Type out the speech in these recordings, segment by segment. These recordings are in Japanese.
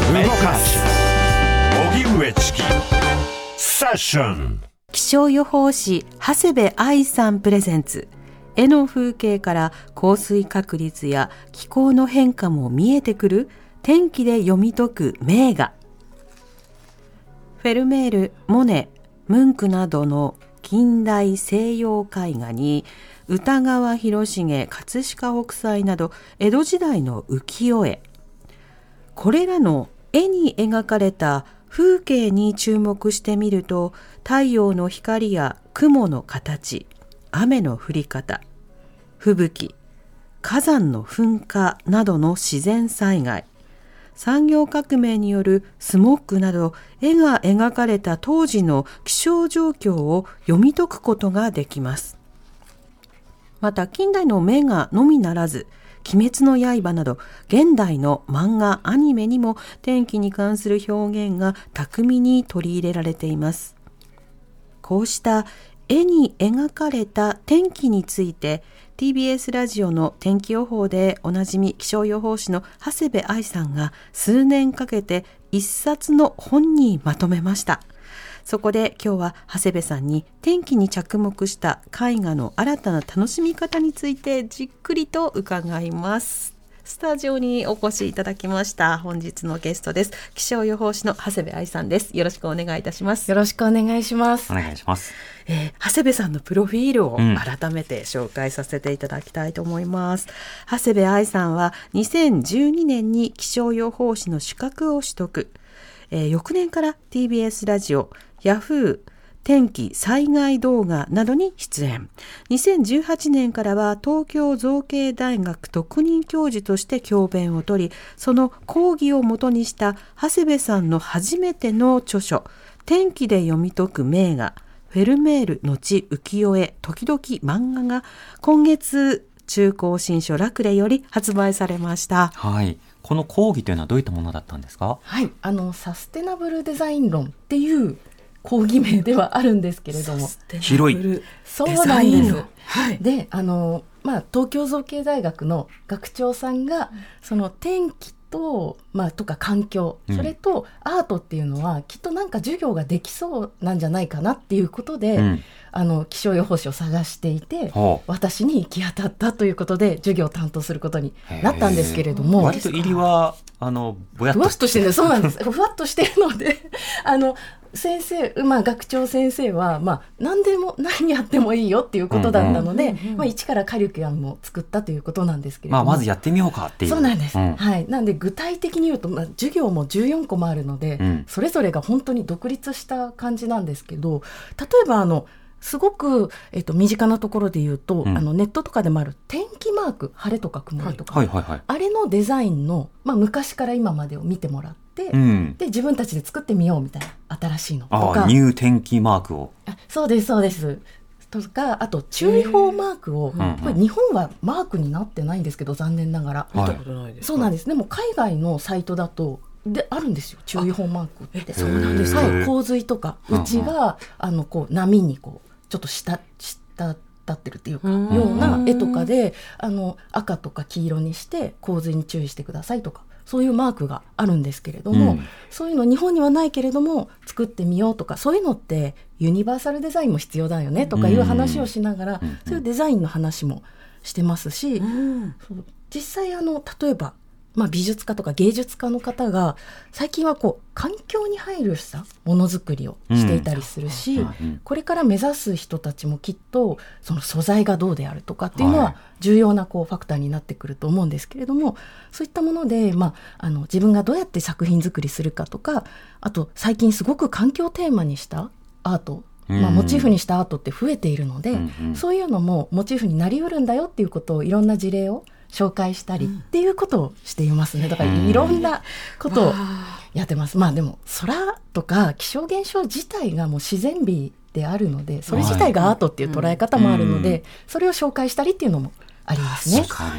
動かす荻上チキセッション。 気象予報士長谷部愛さんプレゼンツ、絵の風景から降水確率や気候の変化も見えてくる天気で読み解く名画。フェルメール、モネ、ムンクなどの近代西洋絵画に歌川広重、葛飾北斎など江戸時代の浮世絵、これらの絵に描かれた風景に注目してみると、太陽の光や雲の形、雨の降り方、吹雪、火山の噴火などの自然災害、産業革命によるスモッグなど絵が描かれた当時の気象状況を読み解くことができます。また近代の名画のみならず、鬼滅の刃など現代の漫画、アニメにも天気に関する表現が巧みに取り入れられています。こうした絵に描かれた天気について TBS ラジオの天気予報でおなじみ気象予報士の長谷部愛さんが数年かけて一冊の本にまとめました。そこで今日は長谷部さんに天気に着目した絵画の新たな楽しみ方についてじっくりと伺います。スタジオにお越しいただきました本日のゲストです。気象予報士の長谷部愛さんです。よろしくお願いいたします。 よろしくお願いします。 お願いします。 長谷部さんのプロフィールを改めて紹介させていただきたいと思います。長谷部愛さんは2012年に気象予報士の資格を取得、翌年から TBS ラジオ、ヤフー天気災害動画などに出演。2018年からは東京造形大学特任教授として教鞭を取り、その講義をもとにした長谷部さんの初めての著書、天気で読み解く名画、フェルメール後浮世絵時々漫画が今月中高新書ラクレより発売されました。 はい。この講義というのはどういったものだったんですか？ はい、サステナブルデザイン論っていう講義名ではあるんですけれども、 広い。 そうなんです。 はい、 で、東京造形大学の学長さんがその天気とか環境、それとアートっていうのはきっとなんか授業ができそうなんじゃないかなっていうことで、気象予報士を探していて、私に行き当たったということで授業を担当することになったんですけれども、 割と入りはぼやっとしてる。そうなんです。ふわっとしてるので先生、学長先生は、何やってもいいよっていうことだったので、一からカリキュラムを作ったということなんですけれども、 まずやってみようかっていう。 そうなんです。はい。なんで具体的に言うと、授業も14個もあるので、それぞれが本当に独立した感じなんですけど、例えばすごく、身近なところで言うと、ネットとかでもある天気マーク、晴れとか曇りとか、あれのデザインの、昔から今までを見てもらって、で自分たちで作ってみようみたいな新しいのとか、 ニュー天気マークを。 そうですそうですとか、あと注意報マークを、これ日本はマークになってないんですけど、残念ながら見たことないです。 そうなんです。でも海外のサイトだとあるんですよ、注意報マークって。 そうなんですか。洪水とか、うちが波にちょっと滴ってるっていうか、ような絵とかで赤とか黄色にして洪水に注意してくださいとか、そういうマークがあるんですけれども、そういうの日本にはないけれども作ってみようとか、そういうのってユニバーサルデザインも必要だよねとかいう話をしながら、そういうデザインの話もしてますし、実際例えば美術家とか芸術家の方が最近は環境に配慮したものづくりをしていたりするし、これから目指す人たちもきっとその素材がどうであるとかっていうのは重要なファクターになってくると思うんですけれども、そういったもので、自分がどうやって作品作りするかとか、あと最近すごく環境テーマにしたアート、モチーフにしたアートって増えているので、そういうのもモチーフになりうるんだよっていうことを、いろんな事例を紹介したりっていうことをしていますね。だからいろんなことをやってます。でも空とか気象現象自体がもう自然美であるので、それ自体がアートっていう捉え方もあるので、それを紹介したりっていうのもありますね。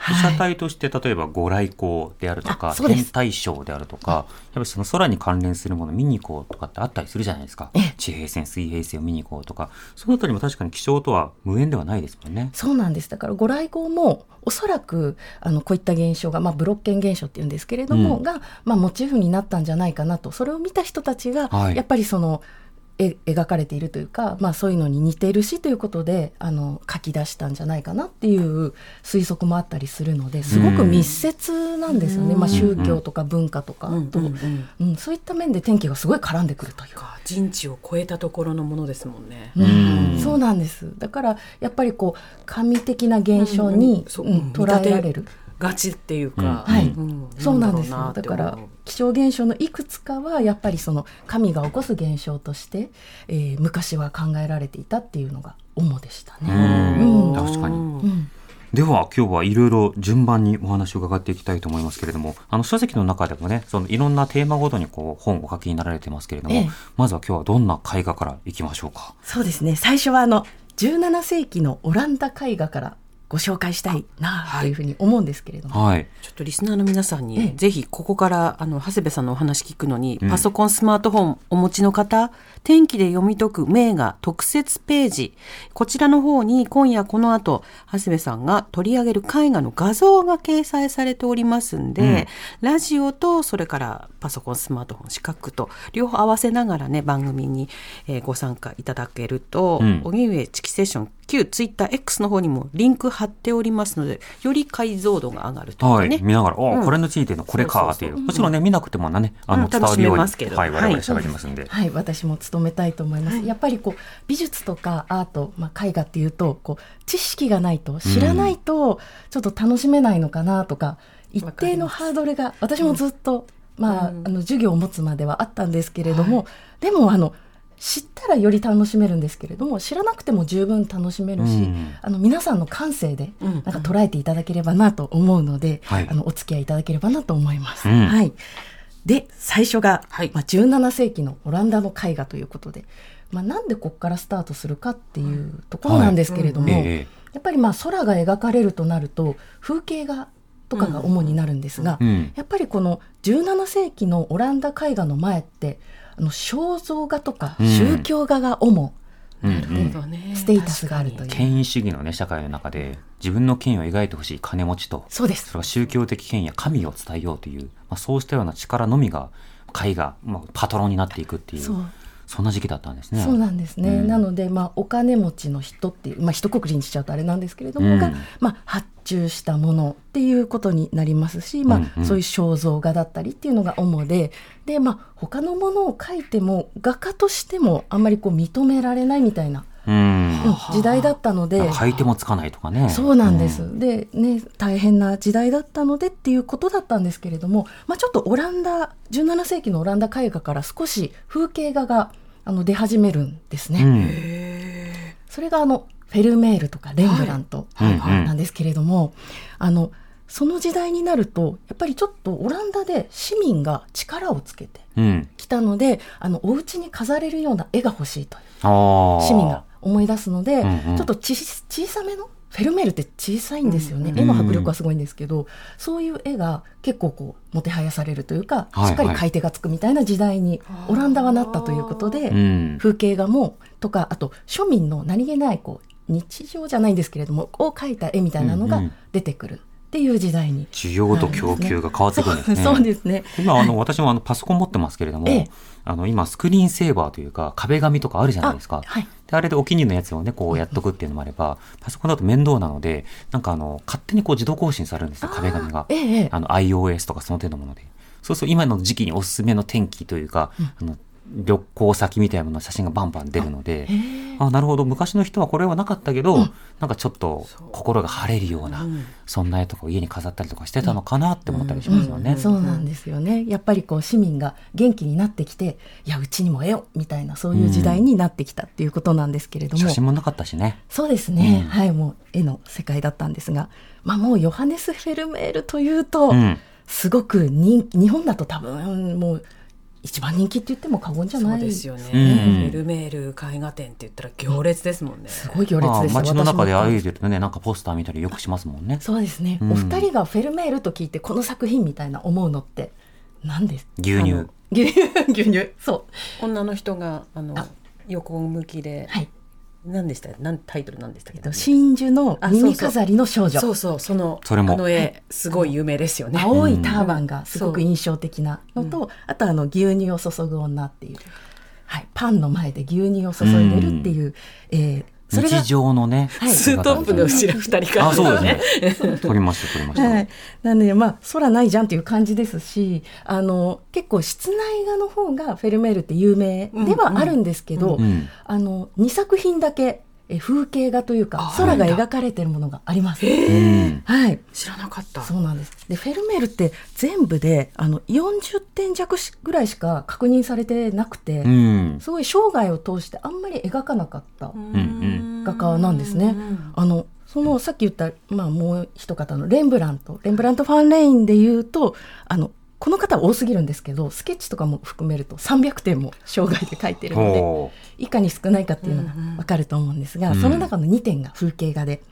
被写体として例えばご来光であるとか天体ショーであるとか、やっぱりその空に関連するものを見に行こうとかってあったりするじゃないですか。地平線水平線を見に行こうとか、そのあたりも確かに気象とは無縁ではないですもんね。 そうなんです。だからご来光もおそらくこういった現象が、ブロッケン現象っていうんですけれども、が、モチーフになったんじゃないかなと。それを見た人たちが、やっぱりその描かれているというか、そういうのに似ているしということで書き出したんじゃないかなっていう推測もあったりするので、すごく密接なんですよね。宗教とか文化とかと、そういった面で天気がすごい絡んでくるというか、 人知を超えたところのものですもんね。 そうなんです。だからやっぱりこう神的な現象に捉えられるガチっていうか、 そうなんですよ。だから気象現象のいくつかはやっぱりその神が起こす現象として、昔は考えられていたっていうのが主でしたね。 確かに。では今日はいろいろ順番にお話を伺っていきたいと思いますけれども、書籍の中でもね、そのいろんなテーマごとにこう本をお書きになられてますけれども、まずは今日はどんな絵画からいきましょうか。 そうですね。最初は17世紀のオランダ絵画からご紹介したいなというふうに思うんですけれども、 ちょっとリスナーの皆さんに、ぜひここから長谷部さんのお話聞くのに、パソコンスマートフォンお持ちの方、天気で読み解く名画特設ページ、こちらの方に今夜この後長谷部さんが取り上げる絵画の画像が掲載されておりますんで、ラジオとそれからパソコンスマートフォン視覚と両方合わせながらね、番組に、ご参加いただけると、荻上チキセッション旧ツイッター X の方にもリンク貼っておりますので、より解像度が上がるというかね、 見ながらこれのついてるのこれかっていう、もちろんね見なくてもね伝わるように我々喋りますんで、 私も努めたいと思います。やっぱりこう美術とかアート、絵画っていうとこう知識がないと、知らないとちょっと楽しめないのかなとか、一定のハードルが私もずっと、授業を持つまではあったんですけれども、でも知ったらより楽しめるんですけれども、知らなくても十分楽しめるし、皆さんの感性でなんか捉えていただければなと思うので、お付き合いいただければなと思います。で最初が、17世紀のオランダの絵画ということで、なんでここからスタートするかっていうところなんですけれども、やっぱり空が描かれるとなると風景画とかが主になるんですが、やっぱりこの17世紀のオランダ絵画の前って肖像画とか宗教画が主、ステータスがあるという権威主義の、社会の中で自分の権威を描いてほしい金持ちと、それは宗教的権威や神を伝えようという、そうしたような力のみが絵画、パトロンになっていくっていう、そんな時期だったんですね。 そうなんですね。なので、お金持ちの人っていう、一括りにしちゃうとあれなんですけれども、が、発注したものっていうことになりますし、そういう肖像画だったりっていうのが主で、他のものを描いても画家としてもあんまりこう認められないみたいな時代だったので、 書いてもつかないとかね。 そうなんです。でね、大変な時代だったのでっていうことだったんですけれども、ちょっと17世紀のオランダ絵画から少し風景画が出始めるんですね。それがフェルメールとかレンブラントなんですけれども、その時代になるとやっぱりちょっとオランダで市民が力をつけてきたので、お家に飾れるような絵が欲しいという市民が思い出すので、ちょっと小さめのフェルメールって小さいんですよね。絵の迫力はすごいんですけど、そういう絵が結構こうもてはやされるというか、しっかり買い手がつくみたいな時代にオランダはなったということで、風景画もとか、あと庶民の何気ないこう日常じゃないんですけれどもを描いた絵みたいなのが出てくるっていう時代に、 需要と供給が変わってくるんですね。 そうですね。 今私もパソコン持ってますけれども、今スクリーンセーバーというか壁紙とかあるじゃないですか。であれでお気に入りのやつをねこうやっとくっていうのもあれば、パソコンだと面倒なのでなんか勝手にこう自動更新されるんですよ、壁紙が。iOS とかその手のもので。そうすると今の時期におすすめの天気というか、旅行先みたいなものの写真がバンバン出るので、なるほど、昔の人はこれはなかったけど、なんかちょっと心が晴れるような、そんな絵とかを家に飾ったりとかしてたのかなって思ったりしますよね。 そうなんですよね。やっぱりこう市民が元気になってきて、いやうちにも絵をみたいな、そういう時代になってきたっていうことなんですけれども、 写真もなかったしね。 そうですね、もう絵の世界だったんですが、もうヨハネス・フェルメールというと、すごく日本だと多分もう一番人気って言っても過言じゃない。 そうですよね、 うんフェルメール絵画展って言ったら行列ですもんね。 すごい行列ですよ。 街の中で私も歩いてるとね、なんかポスター見たりよくしますもんね。 そうですね、 うんお二人がフェルメールと聞いてこの作品みたいな思うのって何です？ 牛乳。 牛乳、そ女の人があ横向きで、 う、はい、 何でしたタイトル何でしたっけ、 真珠の耳飾りの少女。 そうそう、そのそれもあの絵すごい有名ですよね。 青いターバンがすごく印象的なのと、 うんあと牛乳を注ぐ女っていう、はい、パンの前で牛乳を注いでるっていう、それが日常のね、 はいツートップの後ろ2人からあ、そうですね。撮りました。 はい、なので空ないじゃんっていう感じですし、結構室内画の方がフェルメールって有名ではあるんですけど、 うん 2作品だけ風景画というか空が描かれてるものがあります。 うんはい、 知らなかった。 そうなんです。でフェルメールって全部で40点弱ぐらいしか確認されてなくて、 うんすごい生涯を通してあんまり描かなかったん画家なんですね。そのさっき言った、もう一方のレンブラント・ファンレインでいうとこの方は多すぎるんですけど、スケッチとかも含めると300点も生涯で描いてるので、 ほいかに少ないかっていうのが分かると思うんですが、その中の2点が風景画で、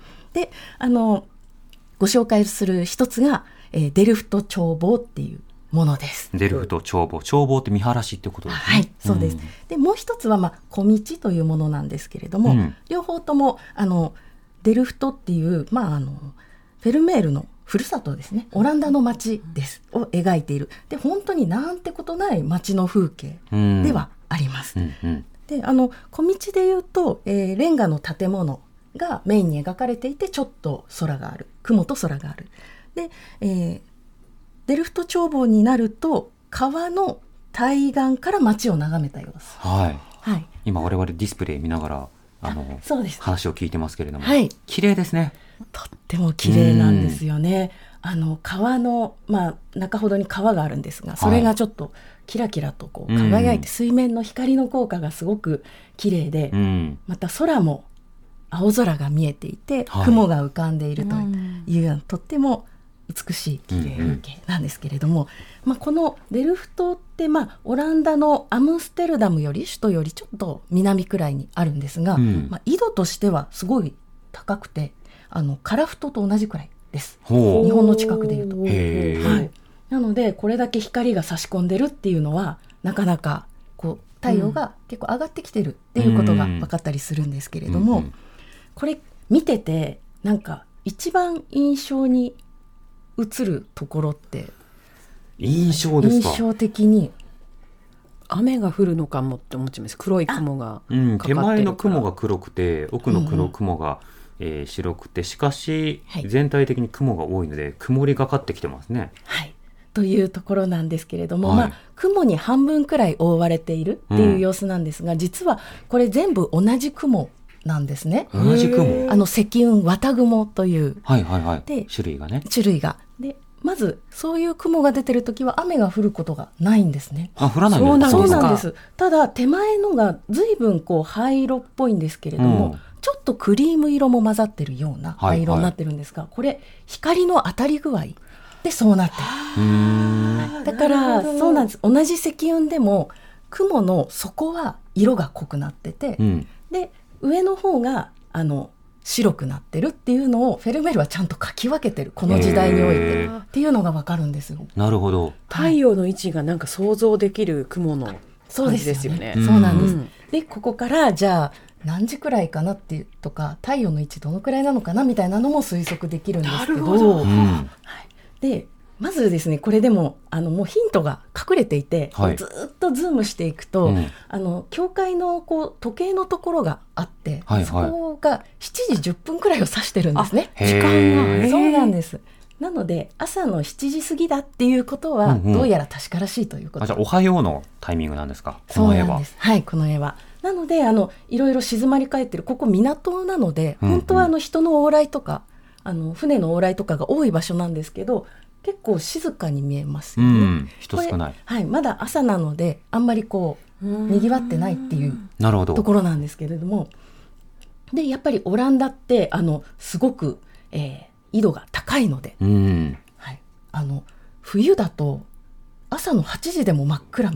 ご紹介する一つが、デルフト眺望っていうものです。 デルフト眺望って見晴らしってことですね。 はい、そうです。でもう一つは小道というものなんですけれども、両方ともデルフトっていう、フェルメールのふるさとですね、オランダの街ですを描いている。で本当になんてことない街の風景ではあります。で小道でいうと、レンガの建物がメインに描かれていて、ちょっと空がある、雲と空がある。で、デルフト眺望になると川の対岸から街を眺めた様子。 はい。 はい、 今我々ディスプレイ見ながらそうです、 話を聞いてますけれども、 はい、 綺麗ですね。 とっても綺麗なんですよね。川の、中ほどに川があるんですが、それがちょっとキラキラとこう輝いて、水面の光の効果がすごく綺麗で、また空も青空が見えていて、雲が浮かんでいるというような、とっても美しい綺麗風景なんですけれども、このデルフトって、オランダのアムステルダムより、首都よりちょっと南くらいにあるんですが、緯度としてはすごい高くて、カラフトと同じくらいです。日本の近くでいうと。はい、なのでこれだけ光が差し込んでるっていうのは、なかなかこう太陽が結構上がってきてるっていうことが分かったりするんですけれども、これ見ててなんか一番印象に映るところって、 印象ですか？ 印象的に雨が降るのかもって思っちゃいます。黒い雲がかかってるから、 手前の雲が黒くて、奥の雲が、白くて、しかし、全体的に雲が多いので曇りがかってきてますね。 はい、というところなんですけれども、雲に半分くらい覆われているっていう様子なんですが、実はこれ全部同じ雲なんですね。 同じ雲、 積雲綿雲という、 で種類がね、 でまずそういう雲が出てるときは雨が降ることがないんですね。 降らないんですか？ そうなんです。ただ手前のが随分こう灰色っぽいんですけれども、ちょっとクリーム色も混ざってるような灰色になってるんですが、これ光の当たり具合でそうなってる。だからそうなんです。同じ積雲でも雲の底は色が濃くなってて、で上の方が白くなってるっていうのをフェルメールはちゃんと書き分けてる、この時代においてっていうのが分かるんですよ。 なるほど。 太陽の位置がなんか想像できる雲の感じですよね。 そうなんです。でここからじゃあ何時くらいかなっていうとか、太陽の位置どのくらいなのかなみたいなのも推測できるんですけど、でまずですね、これでももうヒントが隠れていて、ずっとズームしていくと、教会のこう時計のところがあって、そこが7時10分くらいを指してるんですね。 時間が。 そうなんです。なので朝の7時過ぎだっていうことは、どうやら確からしいということ。 じゃあおはようのタイミングなんですか、この絵は。 そうなんです。はい、この絵は。なのでいろいろ静まり返ってる、ここ港なので、本当は人の往来とか船の往来とかが多い場所なんですけど、結構静かに見えますよね。 人少ない。 はい、まだ朝なのであんまりこう賑わってないっていうところなんですけれども、でやっぱりオランダってすごく、緯度が高いので、はい、冬だと朝の8時でも真っ暗みたいな。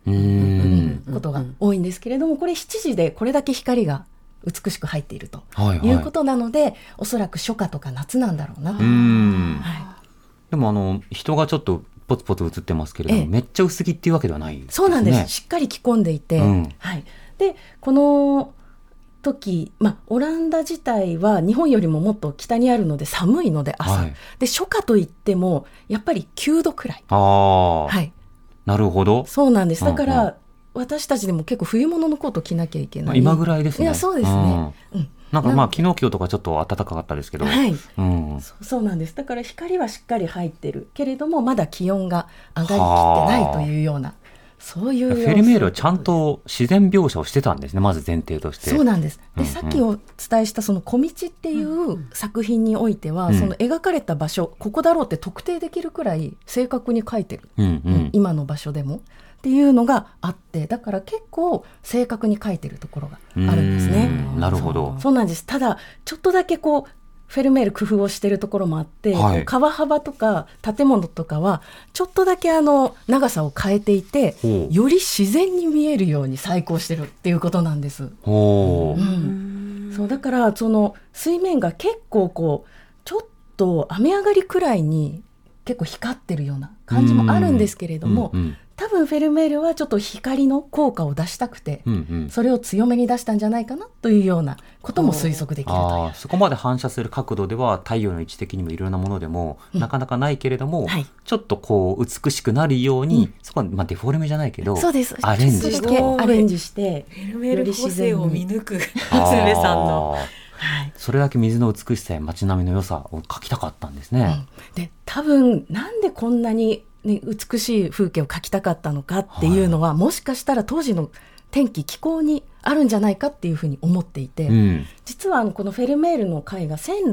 ことが多いんですけれども、これ7時でこれだけ光が美しく入っているということなので、おそらく初夏とか夏なんだろうなと。 でも人がちょっとポツポツ映ってますけれども、めっちゃ薄着っていうわけではないですね。 そうなんです。しっかり着込んでいて、でこの時、オランダ自体は日本よりももっと北にあるので寒いので朝、で初夏といってもやっぱり9度くらい。 なるほど。 そうなんです。だから、私たちでも結構冬物のコート着なきゃいけない。 今ぐらいですね。 いや、そうですね。 なんか昨日今日とかちょっと暖かかったですけど、 そうなんです。だから光はしっかり入ってるけれども、まだ気温が上がりきってないというような、そういうフェルメールはちゃんと自然描写をしてたんですね、まず前提として。 そうなんです。で、さっきお伝えしたその小道っていう作品においては、その描かれた場所、ここだろうって特定できるくらい正確に描いてる、今の場所でもっていうのがあって、だから結構正確に描いてるところがあるんですね。 なるほど。 そうなんです。ただちょっとだけこうフェルメール工夫をしているところもあって、川幅とか建物とかはちょっとだけ長さを変えていて、より自然に見えるように細工してるっていうことなんです。そうだからその水面が結構こうちょっと雨上がりくらいに結構光ってるような感じもあるんですけれども、多分フェルメールはちょっと光の効果を出したくて、それを強めに出したんじゃないかなというようなことも推測できるという。 そこまで反射する角度では太陽の位置的にもいろんなものでも、なかなかないけれども、ちょっとこう美しくなるように、そこはデフォルメじゃないけど、 そうです。 アレンジして、 アレンジしてフェルメール補正を見抜く長谷部さんの。 それだけ水の美しさや街並みの良さを描きたかったんですね。 で、多分なんでこんなに美しい風景を描きたかったのかっていうのは、もしかしたら当時の天気気候にあるんじゃないかっていうふうに思っていて、実はこのフェルメールの絵が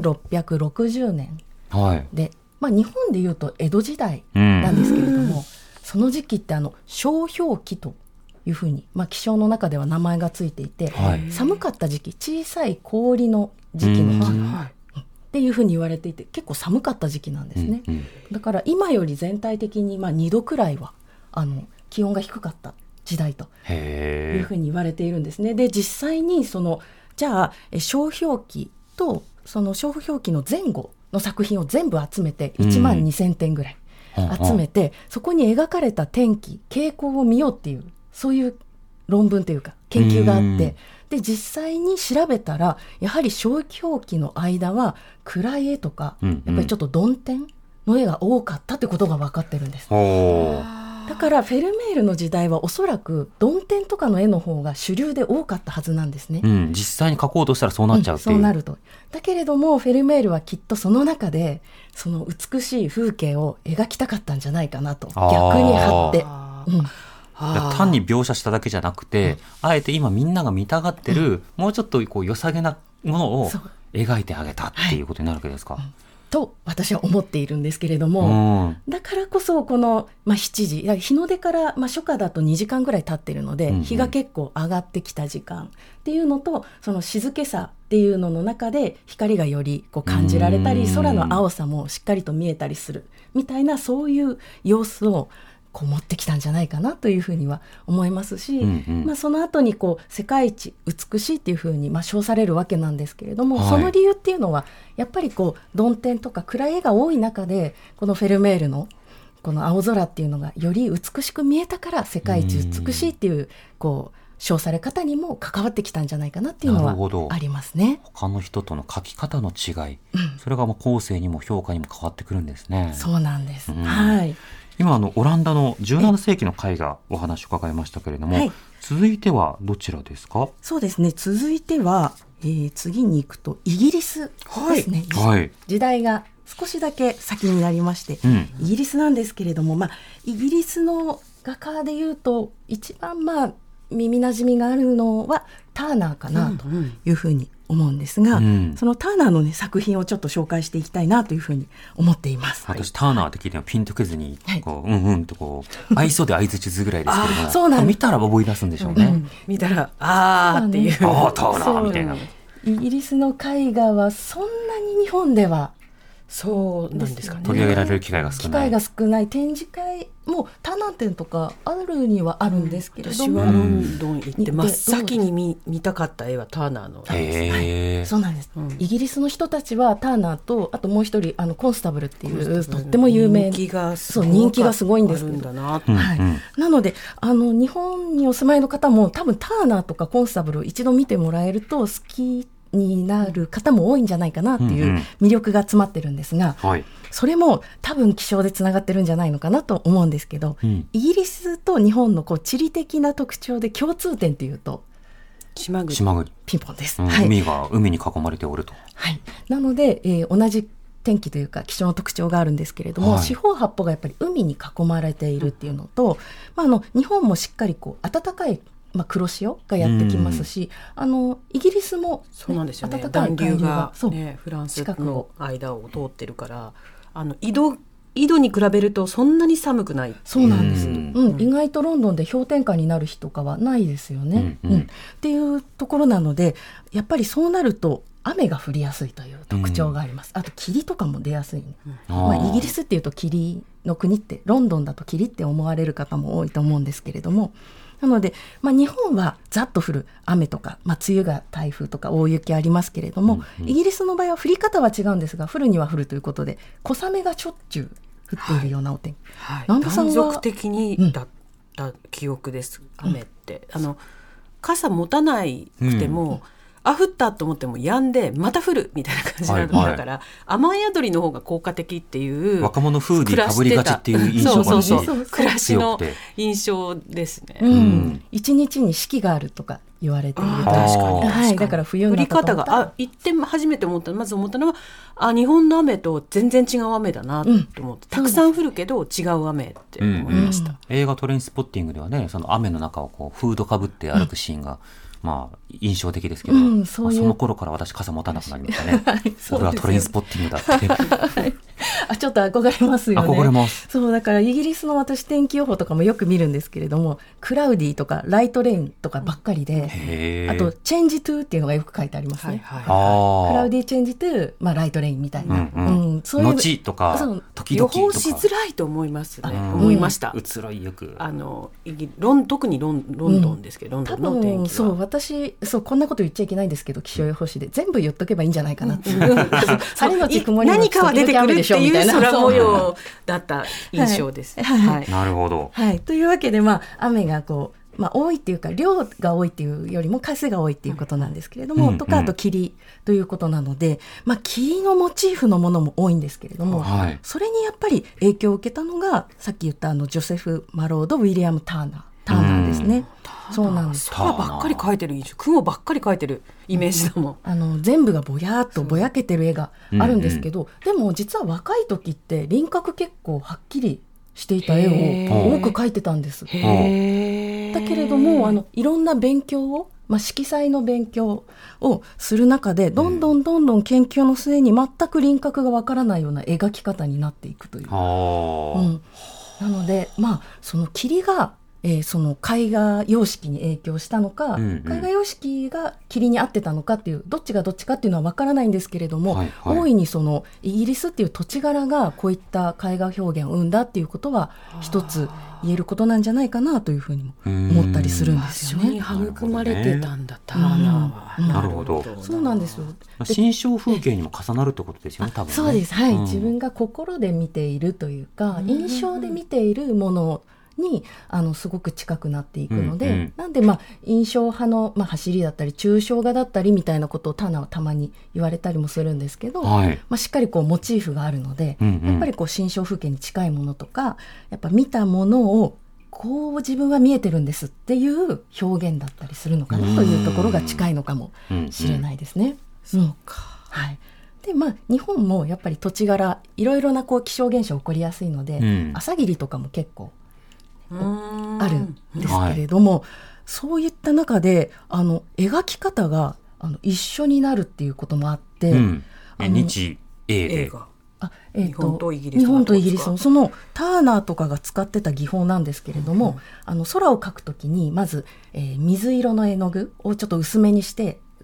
1660年で、日本でいうと江戸時代なんですけれども、その時期って小氷期というふうに、気象の中では名前がついていて、寒かった時期、小さい氷の時期のっていうふうに言われていて、結構寒かった時期なんですね。だから今より全体的に2度くらいは気温が低かった時代というふうに言われているんですね。で、実際にじゃあ小氷期とその小氷期の前後の作品を全部集めて12000点ぐらい集めて、そこに描かれた天気傾向を見ようっていう、そういう論文というか研究があって、で実際に調べたら、やはり小氷期の間は暗い絵とか、やっぱりちょっと曇天の絵が多かったってことが分かってるんです。だからフェルメールの時代はおそらく曇天とかの絵の方が主流で多かったはずなんですね。 実際に描こうとしたらそうなっちゃうっていう、 そうなると。だけれどもフェルメールはきっとその中でその美しい風景を描きたかったんじゃないかなと、逆に張って、 単に描写しただけじゃなくて、あえて今みんなが見たがってる、もうちょっとこう良さげなものを描いてあげたっていうことになるわけですか。 と私は思っているんですけれども、だからこそこの、7時、日の出から、初夏だと2時間ぐらい経ってるので、日が結構上がってきた時間っていうのと、その静けさっていうのの中で光がよりこう感じられたり、空の青さもしっかりと見えたりするみたいな、そういう様子をこう持ってきたんじゃないかなというふうには思いますし、その後にこう世界一美しいっていうふうに称されるわけなんですけれども、その理由っていうのはやっぱりこう曇天とか暗い絵が多い中で、このフェルメールのこの青空っていうのがより美しく見えたから、世界一美しいっていうこう称され方にも関わってきたんじゃないかなっていうのはありますね。 他の人との描き方の違い、それが後世にも評価にも変わってくるんですね。 そうなんです。 今オランダの17世紀の絵画お話を伺いましたけれども、続いてはどちらですか？ そうですね、続いては、次に行くとイギリスですね。時代が少しだけ先になりまして、イギリスなんですけれども、イギリスの画家でいうと一番耳なじみがあるのはターナーかなというふうに思うんですが、そのターナーの、作品をちょっと紹介していきたいなというふうに思っています。 私ターナーって聞いてもピンとけずにこう、とこう愛想で相づちずぐらいですけれども、そうなん見たら覚え出すんでしょうね。 見たらっていう、 ターナーみたいな。 イギリスの絵画はそんなに日本ではそうなんですかね。 取り上げられる機会が少ない。 機会が少ない展示会もターナー展とかあるにはあるんですけれども、 私はロンドン行って真っ先に 見たかった絵はターナーの絵です。 そうなんです、イギリスの人たちはターナーとあともう一人コンスタブルっていうとっても有名、 人気がすごいんですけど、なので日本にお住まいの方も多分ターナーとかコンスタブルを一度見てもらえると好きになる方も多いんじゃないかなっていう魅力が詰まってるんですが、それも多分気象でつながってるんじゃないのかなと思うんですけど、イギリスと日本の地理的な特徴で共通点というと島国ピンポンです、 海に囲まれておると、 なので、同じ天気というか気象の特徴があるんですけれども、四方八方がやっぱり海に囲まれているっていうのと、日本もしっかり暖かい黒潮がやってきますし、イギリスも、 そうなんですよね、 暖かい暖流が、フランスの間を通ってるから緯度に比べるとそんなに寒くない。 そうなんです、意外とロンドンで氷点下になる日とかはないですよね、っていうところなので、やっぱりそうなると雨が降りやすいという特徴があります、あと霧とかも出やすい、イギリスっていうと霧の国って、ロンドンだと霧って思われる方も多いと思うんですけれども、なので、日本はざっと降る雨とか、梅雨が台風とか大雪ありますけれども、イギリスの場合は降り方は違うんですが、降るには降るということで小雨がしょっちゅう降っているようなお天気、 断続的にだった記憶です、雨って。傘持たないくても、降ったと思っても止んでまた降るみたいな感じなのだから、雨宿りの方が効果的っていう若者フーディーかぶりがちっていう印象が暮らしの印象ですね、 一日に四季があるとか言われている。 確かに、 だから冬の降り方が行って初めてまず思ったのは日本の雨と全然違う雨だなと思って、たくさん降るけど違う雨って思いました、 映画トレインスポッティングではね、その雨の中をフードかぶって歩くシーンが、印象的ですけど、その頃から私傘持たなくなりましたね。俺はトレインスポッティングだってちょっと憧れますよね。 憧れます。 そうだからイギリスの私天気予報とかもよく見るんですけれども、クラウディとかライトレインとかばっかりで、あとチェンジトゥっていうのがよく書いてありますね、クラウディチェンジトゥ、ライトレインみたいな、 そういう後とか時々とか予報しづらいと思いますね、思いました。 移ろいよく特にロンドンですけど、ロンドンの天気はそう私こんなこと言っちゃいけないんですけど、気象予報士で全部言っとけばいいんじゃないかなっていう晴れのち曇りのち何かは出てくるっていう空模様だった印象です、 なるほど、 というわけで、雨が多いっていうか量が多いっていうよりも数が多いっていうことなんですけれども、とかあと霧ということなので、霧のモチーフのものも多いんですけれども、それにやっぱり影響を受けたのがさっき言ったジョセフ・マロード・ウィリアム・ターナーですね。そうなんです。 空ばっかり描いてる印象、雲ばっかり描いてるイメージだもん。 全部がぼやっとぼやけてる絵があるんですけど、でも実は若い時って輪郭結構はっきりしていた絵を多く描いてたんです。だけれどもいろんな勉強を、色彩の勉強をする中でどんどん研究の末に全く輪郭がわからないような描き方になっていくという、なのでその霧がその絵画様式に影響したのか、絵画様式が霧に合ってたのかっていうどっちがどっちかっていうのは分からないんですけれども、大いにそのイギリスっていう土地柄がこういった絵画表現を生んだっていうことは一つ言えることなんじゃないかなというふうにも思ったりするんですよね。 育まれてたんだ、ターナーは。 なるほど。 そうなんですよ。 心象風景にも重なるってことですよね、多分ね。 そうです、自分が心で見ているというか、印象で見ているものにすごく近くなっていくので、なんで印象派の、走りだったり抽象画だったりみたいなことをターナーはたまに言われたりもするんですけど、しっかりモチーフがあるので、やっぱり心象風景に近いものとか、やっぱ見たものをこう自分は見えてるんですっていう表現だったりするのかなというところが近いのかもしれないですね。そうか。で日本もやっぱり土地柄いろいろな気象現象起こりやすいので、朝霧とかも結構あるんですけれども、そういった中で描き方が一緒になるっていうこともあって、 日英で日本とイギリスのそのターナーとかが使ってた技法なんですけれども、空を描くときにまず、水色の絵の具をちょっと薄めにして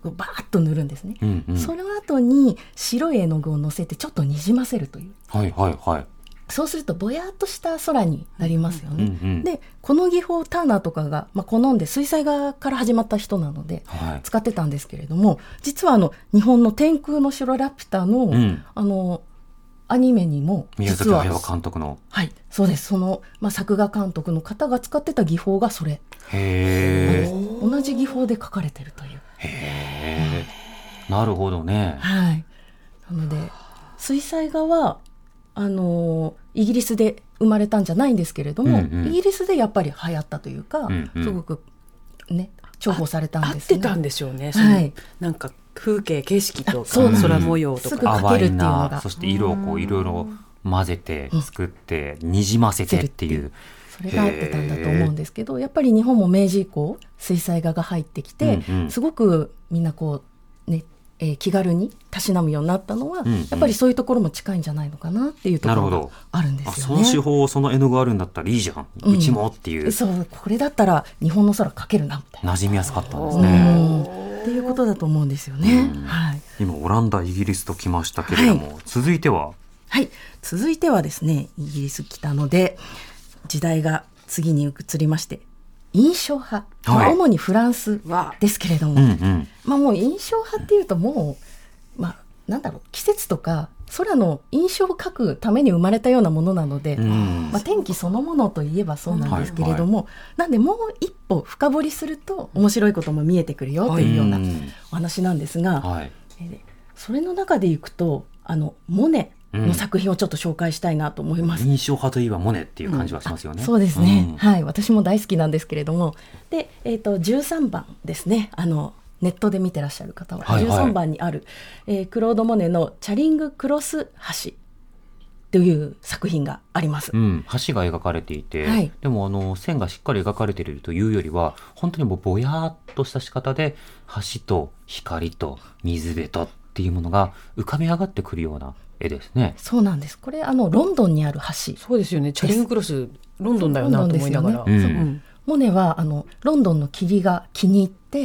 こうバーッと塗るんですね、 うんうん、 その後に白い絵の具をのせてちょっとにじませるという、 はいはいはい、 そうするとぼやっとした空になりますよね、 うんうん、 でこの技法ターナーとかが、好んで水彩画から始まった人なので使ってたんですけれども、実は日本の天空の城ラピュタの、アニメにも宮崎駿監督の、 はい、そうです。その、作画監督の方が使ってた技法がそれ。 へー、 同じ技法で描かれてるという。 へー、なるほどね。 はい。なので水彩画はイギリスで生まれたんじゃないんですけれども、イギリスでやっぱり流行ったというか、すごくね重宝されたんですね。 合ってたんでしょうね。 はい。 なんか風景景色とか空模様とかすぐ描けるっていうのが、 そして色をこういろいろ混ぜて作ってにじませてっていう、 それが合ってたんだと思うんですけど、やっぱり日本も明治以降水彩画が入ってきて、すごくみんなこうね、気軽にたしなむようになったのは、やっぱりそういうところも近いんじゃないのかなっていうところがあるんですよね。 その手法その絵の具あるんだったらいいじゃん、うちもっていう、 そうこれだったら日本の空描けるなみたいな、 馴染みやすかったんですね、 っていうことだと思うんですよね、はい、 今オランダイギリスときましたけれども、続いては続いてはですね、イギリス来たので時代が次に移りまして、印象派、主にフランスですけれども、もう印象派っていうともう、なんだろう、季節とか空の印象を描くために生まれたようなものなので、天気そのものといえばそうなんですけれども、なんでもう一歩深掘りすると面白いことも見えてくるよというようなお話なんですが、それの中でいくとモネの作品をちょっと紹介したいなと思います。 印象派といえばモネっていう感じはしますよね。 そうですね、はい、私も大好きなんですけれども、で、13番ですね、ネットで見てらっしゃる方は、13番にある、クロード・モネのチャリング・クロス橋という作品があります、 橋が描かれていて、でも線がしっかり描かれているというよりは本当にもうぼやっとした仕方で橋と光と水辺とっていうものが浮かび上がってくるような絵ですね。 そうなんです。これロンドンにある橋。 そうですよね。チャリングクロスロンドンだよなと思いながら、 モネはロンドンの霧が気に入って、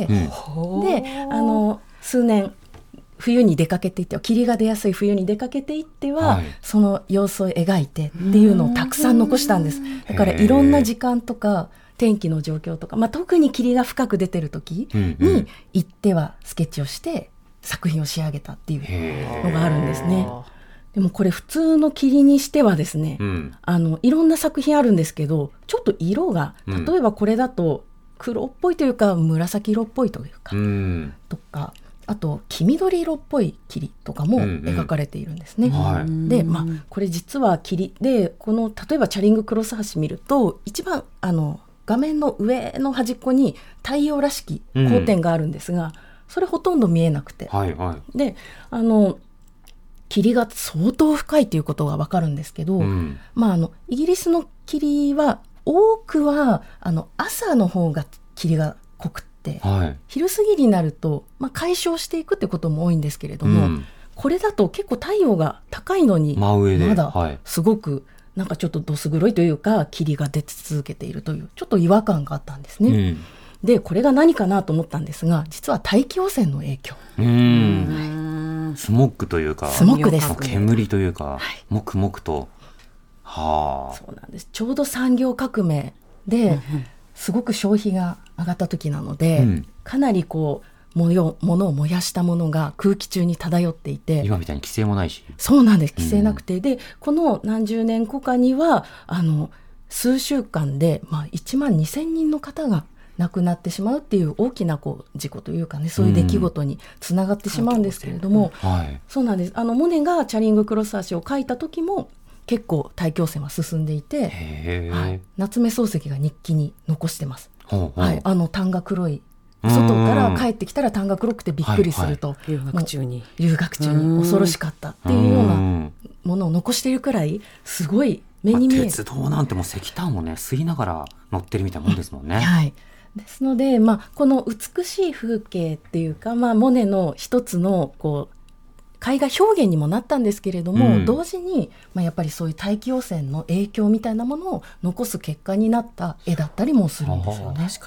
で数年冬に出かけていって、霧が出やすい冬に出かけていっては、その様子を描いてっていうのをたくさん残したんです。だからいろんな時間とか天気の状況とか、特に霧が深く出てる時に行ってはスケッチをして作品を仕上げたっていうのがあるんですね。でもこれ普通の霧にしてはですね、いろんな作品あるんですけど、ちょっと色が、例えばこれだと黒っぽいというか紫色っぽいというか、とか、あと黄緑色っぽい霧とかも描かれているんですね。で、これ実は霧で、この例えばチャリングクロス橋見ると一番画面の上の端っこに太陽らしき光点があるんですが、それほとんど見えなくて、で霧が相当深いということが分かるんですけど、イギリスの霧は多くは朝の方が霧が濃くって、昼過ぎになると、解消していくってことも多いんですけれども、これだと結構太陽が高いのにまだすごくなんかちょっとどす黒いというか霧が出続けているというちょっと違和感があったんですね。でこれが何かなと思ったんですが、実は大気汚染の影響、 スモッグというか、 スモッグです。 煙というか、もくもくと、 そうなんです。ちょうど産業革命ですごく消費が上がった時なので、かなりこう物を燃やしたものが空気中に漂っていて、 今みたいに規制もないし。 そうなんです、規制なくて、でこの何十年後かには数週間で、1万2000人の方が亡くなってしまうっていう大きな事故というかね、そういう出来事につながってしまうんですけれども、そうなんです。モネがチャリングクロス橋を描いた時も結構大気汚染は進んでいて、夏目漱石が日記に残してます。炭が黒い、外から帰ってきたら炭が黒くてびっくりすると、 留学中に恐ろしかったっていうようなものを残しているくらいすごい目に見える。 鉄道なんてもう石炭をね吸いながら乗ってるみたいなもんですもんね。 ですので、この美しい風景っていうか、モネの一つの絵画表現にもなったんですけれども、同時に、やっぱりそういう大気汚染の影響みたいなものを残す結果になった絵だったりもするんですよね。 確かにね。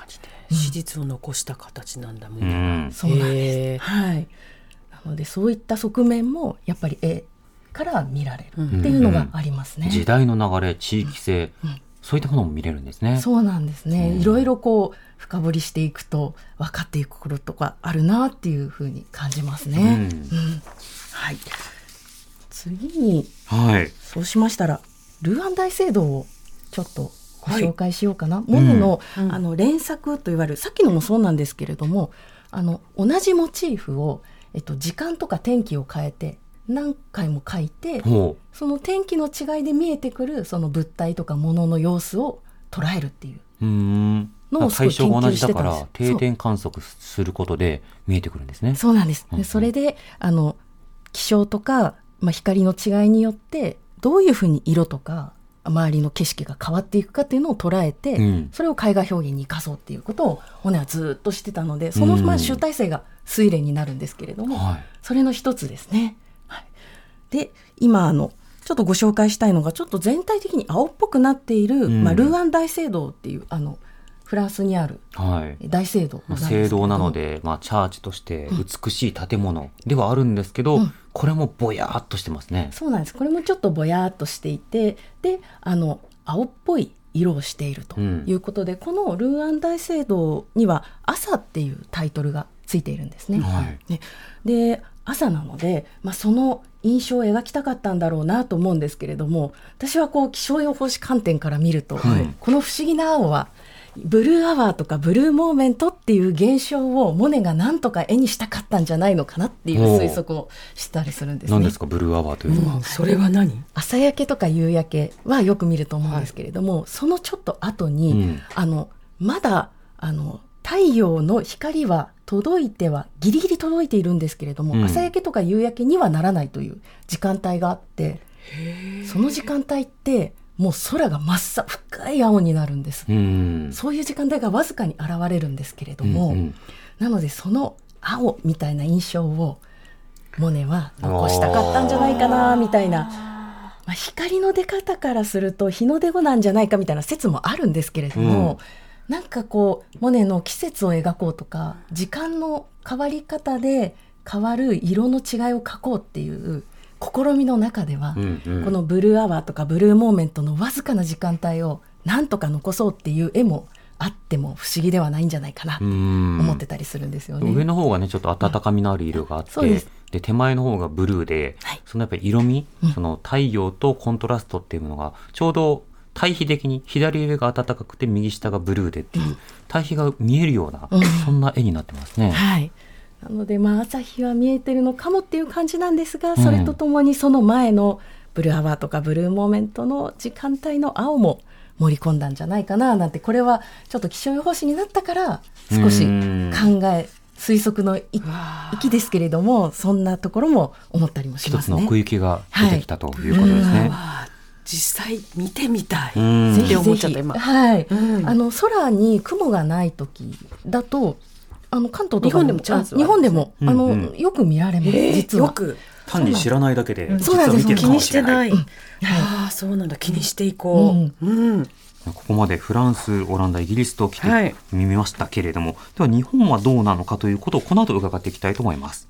史実を残した形なんだもんうね。 んそうなんです。はい。なのでそういった側面もやっぱり絵から見られるっていうのがありますね。 時代の流れ、地域性、そういったものも見れるんですね。 そうなんですね。いろいろこう深掘りしていくと分かっていくこととかあるなっていうふうに感じますね。はい。次に、 はい。 そうしましたらルーアン大聖堂をちょっとご紹介しようかな。モネの、連作といわれる、さっきのもそうなんですけれども、同じモチーフを、時間とか天気を変えて何回も描いて、その天気の違いで見えてくるその物体とか物の様子を捉えるっていうのをすごい研究してたんです。 対象が同じだから定点観測することで見えてくるんですね。 そうなんです。でそれで気象とか、光の違いによってどういうふうに色とか周りの景色が変わっていくかっていうのを捉えて、それを絵画表現に生かそうっていうことをモネはずっとしてたので、その集大成が睡蓮になるんですけれども、それの一つですね。はい、で今ちょっとご紹介したいのが、ちょっと全体的に青っぽくなっている、ルーアン大聖堂っていうフランスにある大聖堂なんですけれども、 聖堂なので、チャーチとして美しい建物ではあるんですけど、これもぼやーっとしてますね。 そうなんです。これもちょっとぼやーっとしていて、で青っぽい色をしているということで、このルーアン大聖堂には朝っていうタイトルがついているんですね。で朝なので、その印象を描きたかったんだろうなと思うんですけれども、私はこう気象予報士観点から見ると、この不思議な青はブルーアワーとかブルーモーメントっていう現象をモネがなんとか絵にしたかったんじゃないのかなっていう推測をしたりするんですね。 何ですかブルーアワーというのは。 それは何？ 朝焼けとか夕焼けはよく見ると思うんですけれども、そのちょっと後に、まだ太陽の光は届いてはギリギリ届いているんですけれども、朝焼けとか夕焼けにはならないという時間帯があって、その時間帯ってもう空が真っ青、深い青になるんです。そういう時間帯がわずかに現れるんですけれども、なのでその青みたいな印象をモネは残したかったんじゃないかなみたいな、光の出方からすると日の出後なんじゃないかみたいな説もあるんですけれども、なんかこうモネの季節を描こうとか時間の変わり方で変わる色の違いを描こうっていう試みの中では、このブルーアワーとかブルーモーメントのわずかな時間帯をなんとか残そうっていう絵もあっても不思議ではないんじゃないかなって思ってたりするんですよね。 上の方がねちょっと温かみのある色があって、で手前の方がブルーで、そのやっぱり色味、その太陽とコントラストっていうものがちょうど対比的に左上が暖かくて右下がブルーでっていう対比が見えるような、そんな絵になってますね。 なので朝日は見えてるのかもっていう感じなんですが、それとともにその前のブルーアワーとかブルーモーメントの時間帯の青も盛り込んだんじゃないかななんて、これはちょっと気象予報士になったから少し推測の域ですけれども、そんなところも思ったりもしますね。 一つの奥行きが出てきたということですね。 実際見てみたいって思っちゃった今。 空に雲がない時だと関東とか日本でもチャンスはあるんですね。 日本でも、よく見られます。実はよく単に知らないだけで実は見てるかもしれない。 そうなんだ。気にしていこう。 ここまでフランス、オランダ、イギリスと来てみましたけれども、では日本はどうなのかということをこの後伺っていきたいと思います。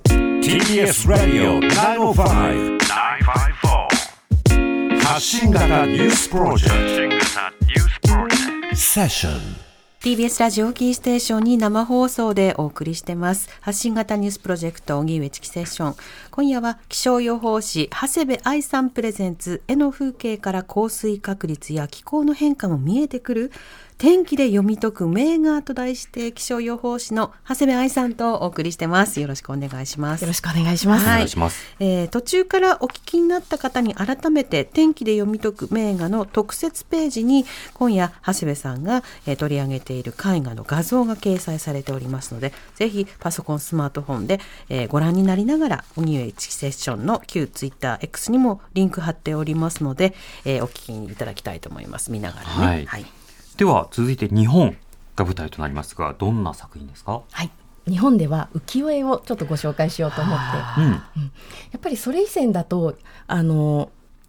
TBS ラディオ905-954発信型ニュースプロジェクトセッション。 TBS ラジオキーステーションに生放送でお送りしてます。発信型ニュースプロジェクト荻上チキセッション。今夜は気象予報士長谷部愛さんプレゼンツ、絵の風景から降水確率や気候の変化も見えてくる天気で読み解く名画と題して、気象予報士の長谷部愛さんとお送りしてます。よろしくお願いします。 よろしくお願いします。 お願いします。 途中からお聞きになった方に改めて天気で読み解く名画の特設ページに今夜長谷部さんが取り上げている絵画の画像が掲載されておりますので、ぜひパソコンスマートフォンでご覧になりながら、荻上チキセッションの旧ツイッター X にもリンク貼っておりますので、お聞きいただきたいと思います。見ながらね。 では続いて日本が舞台となりますが、どんな作品ですか？ 日本では浮世絵をちょっとご紹介しようと思って、やっぱりそれ以前だとなん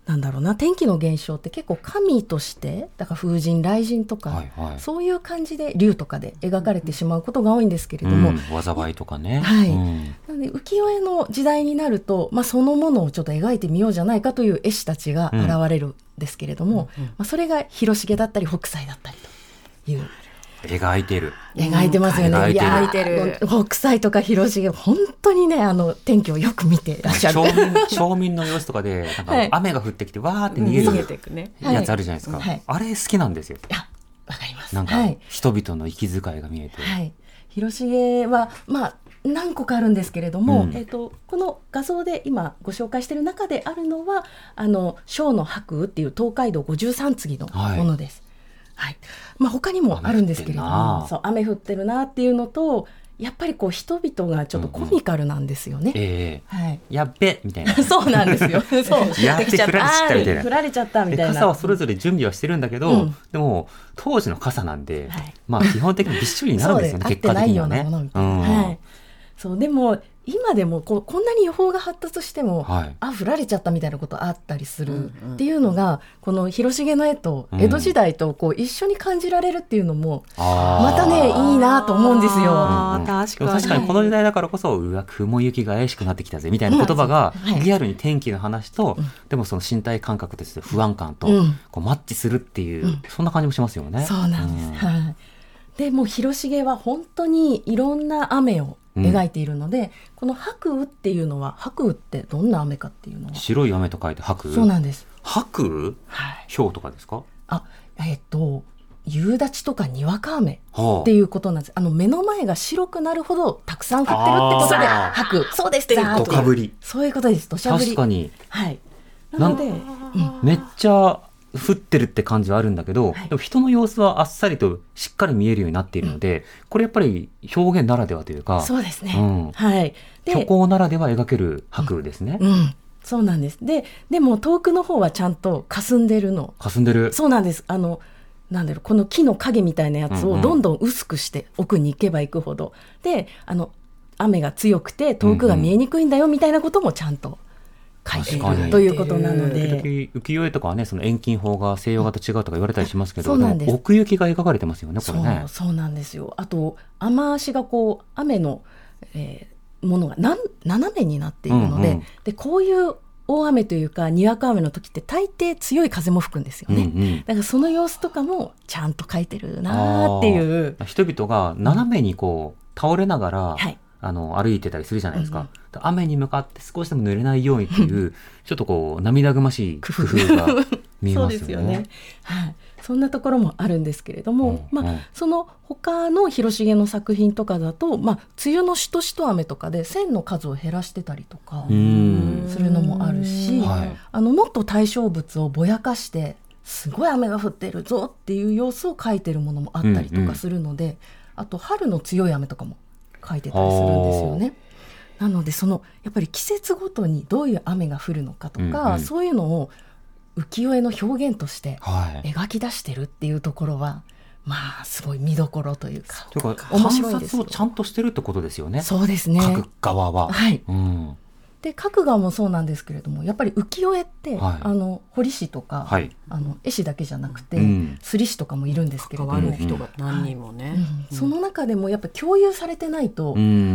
なんだろうな、天気の現象って結構神としてだから風神雷神とか、 はいはい、 そういう感じで竜とかで描かれてしまうことが多いんですけれども、 災いとかね、 はい、なので浮世絵の時代になると、そのものをちょっと描いてみようじゃないかという絵師たちが現れるんですけれども、それが広重だったり北斎だったりという描いてる、 描いてますよね。 描いてる。 北斎とか広重本当にね天気をよく見てらっしゃる。 町民の様子とかでなんか雨が降ってきてわーって逃げるやつあるじゃないですか、あれ好きなんですよ。 わかります。 なんか人々の息遣いが見えて、 広重は何個かあるんですけれども、この画像で今ご紹介している中であるのは庄の白雨っていう東海道53次のものです。他にもあるんですけれども、雨降ってるなっていうのと、やっぱりこう人々がちょっとコミカルなんですよね。やっべみたいな。そうなんですよ。そうやって振られちゃったみたいな。 振られちゃったみたいな。 傘はそれぞれ準備はしてるんだけど、でも当時の傘なんで、基本的にびっしりになるんですよね。結果的にはね。そうでも今でもこんなに予報が発達しても、降られちゃったみたいなことあったりするっていうのが、この広重の絵と江戸時代と一緒に感じられるっていうのも、またねいいなと思うんですよ。 確かにこの時代だからこそ、うわ雲行きが怪しくなってきたぜみたいな言葉がリアルに天気の話と、でもその身体感覚として不安感とマッチするっていう、そんな感じもしますよね。 そうなんです。でも広重は本当にいろんな雨を描いているので、この白雨っていうのは、白雨ってどんな雨かっていうのは、 白い雨と書いて白雨。 そうなんです。 白雨、氷とかですか？ 夕立とかにわか雨っていうことなんです。目の前が白くなるほどたくさん降ってるってことで白雨。そうです。 土砂降り。 そういうことです。土砂降り。 確かに。 なので、 めっちゃ降ってるって感じはあるんだけど、でも人の様子はあっさりとしっかり見えるようになっているので、これやっぱり表現ならではというか、 そうですね。 虚構ならでは描ける白雨ですね。 そうなんです。でも遠くの方はちゃんと霞んでるの。 霞んでる。 そうなんです。なんだろう、この木の影みたいなやつをどんどん薄くして奥に行けば行くほど、で雨が強くて遠くが見えにくいんだよみたいなこともちゃんと書いているということなので、 浮世絵とかはね、その遠近法が西洋画と違うとか言われたりしますけど、奥行きが描かれてますよね、これね。 そうなんですよ。あと雨足が雨の、ものが斜めになっているので、でこういう大雨というかにわか雨の時って大抵強い風も吹くんですよね。だからその様子とかもちゃんと描いてるなっていう。 人々が斜めに倒れながら、歩いてたりするじゃないですか。雨に向かって少しでも濡れないようにっていうちょっと涙ぐましい工夫が見えますよね。そうですよね。そんなところもあるんですけれども、その他の広重の作品とかだと、梅雨のしとしと雨とかで線の数を減らしてたりとかするのもあるし、もっと対象物をぼやかしてすごい雨が降ってるぞっていう様子を描いてるものもあったりとかするので、あと春の強い雨とかも描いてたりするんですよね。なのでやっぱり季節ごとにどういう雨が降るのかとか、そういうのを浮世絵の表現として描き出してるっていうところは、すごい見どころというか、面白いですよ。観察をちゃんとしてるってことですよね。 そうですね。 描く側は。 で描く側もそうなんですけれども、やっぱり浮世絵って、彫師とか、絵師だけじゃなくて、摺師とかもいるんですけれども、 関わる人が何人もね、 その中でもやっぱり共有されてないと、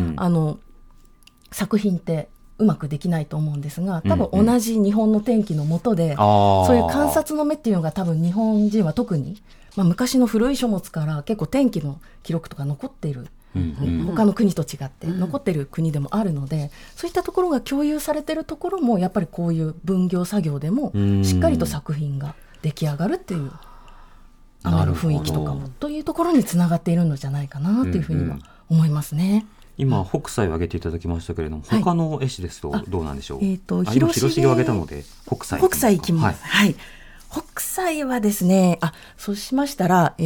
作品ってうまくできないと思うんですが、多分同じ日本の天気の下で、そういう観察の目っていうのが多分日本人は特に、昔の古い書物から結構天気の記録とか残っている、他の国と違って残っている国でもあるので、そういったところが共有されているところもやっぱりこういう分業作業でもしっかりと作品が出来上がるっていう雨の雰囲気とかもというところにつながっているのじゃないかなというふうには思いますね。 今北斎を挙げていただきましたけれども、他の絵師ですとどうなんでしょう。 広重を挙げたので北斎いきます。北斎はですね、そうしましたら、